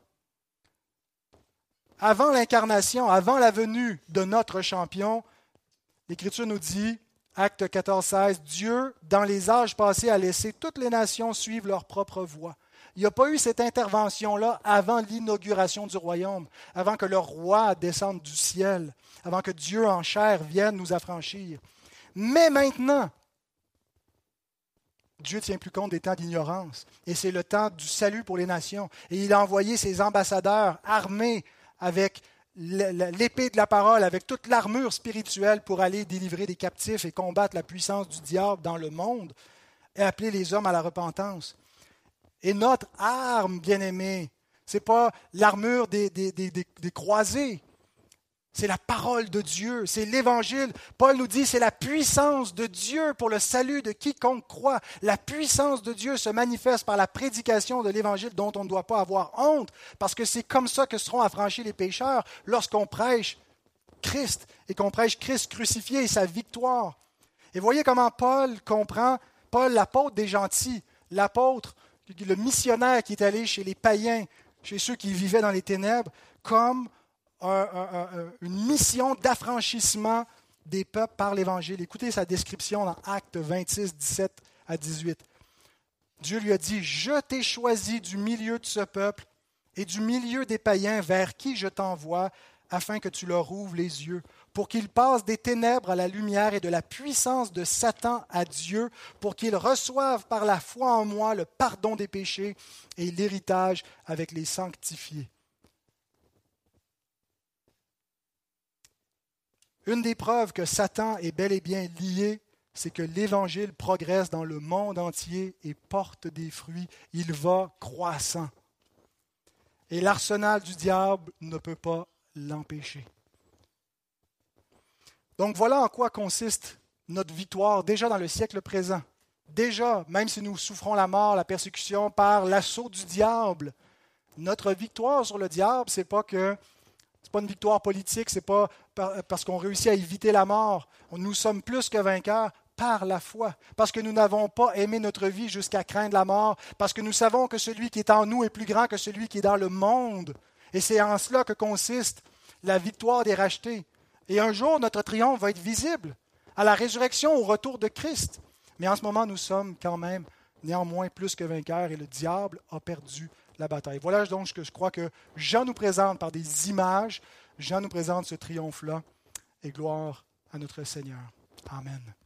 S1: Avant l'incarnation, avant la venue de notre champion, l'Écriture nous dit, Acte 14:16, Dieu, dans les âges passés, a laissé toutes les nations suivre leur propre voie. Il n'y a pas eu cette intervention-là avant l'inauguration du royaume, avant que le roi descende du ciel, avant que Dieu en chair vienne nous affranchir. Mais maintenant, Dieu ne tient plus compte des temps d'ignorance, et c'est le temps du salut pour les nations. Et il a envoyé ses ambassadeurs armés avec l'épée de la parole, avec toute l'armure spirituelle pour aller délivrer des captifs et combattre la puissance du diable dans le monde et appeler les hommes à la repentance. Et notre arme, bien-aimée, ce n'est pas l'armure des croisés, c'est la parole de Dieu, c'est l'Évangile. Paul nous dit c'est la puissance de Dieu pour le salut de quiconque croit. La puissance de Dieu se manifeste par la prédication de l'Évangile dont on ne doit pas avoir honte, parce que c'est comme ça que seront affranchis les pécheurs lorsqu'on prêche Christ et qu'on prêche Christ crucifié et sa victoire. Et voyez comment Paul comprend, Paul l'apôtre des gentils, l'apôtre, le missionnaire qui est allé chez les païens, chez ceux qui vivaient dans les ténèbres, comme une mission d'affranchissement des peuples par l'Évangile. Écoutez sa description dans Actes 26, 17 à 18. Dieu lui a dit, « Je t'ai choisi du milieu de ce peuple et du milieu des païens vers qui je t'envoie, afin que tu leur ouvres les yeux, pour qu'ils passent des ténèbres à la lumière et de la puissance de Satan à Dieu, pour qu'ils reçoivent par la foi en moi le pardon des péchés et l'héritage avec les sanctifiés. » Une des preuves que Satan est bel et bien lié, c'est que l'Évangile progresse dans le monde entier et porte des fruits. Il va croissant. Et l'arsenal du diable ne peut pas l'empêcher. Donc voilà en quoi consiste notre victoire déjà dans le siècle présent. Déjà, même si nous souffrons la mort, la persécution par l'assaut du diable, notre victoire sur le diable, ce n'est pas une victoire politique, ce n'est pas parce qu'on réussit à éviter la mort. Nous sommes plus que vainqueurs par la foi, parce que nous n'avons pas aimé notre vie jusqu'à craindre la mort, parce que nous savons que celui qui est en nous est plus grand que celui qui est dans le monde. Et c'est en cela que consiste la victoire des rachetés. Et un jour, notre triomphe va être visible à la résurrection, au retour de Christ. Mais en ce moment, nous sommes quand même néanmoins plus que vainqueurs et le diable a perdu la bataille. Voilà donc ce que je crois que Jean nous présente par des images. Jean nous présente ce triomphe-là et gloire à notre Seigneur. Amen.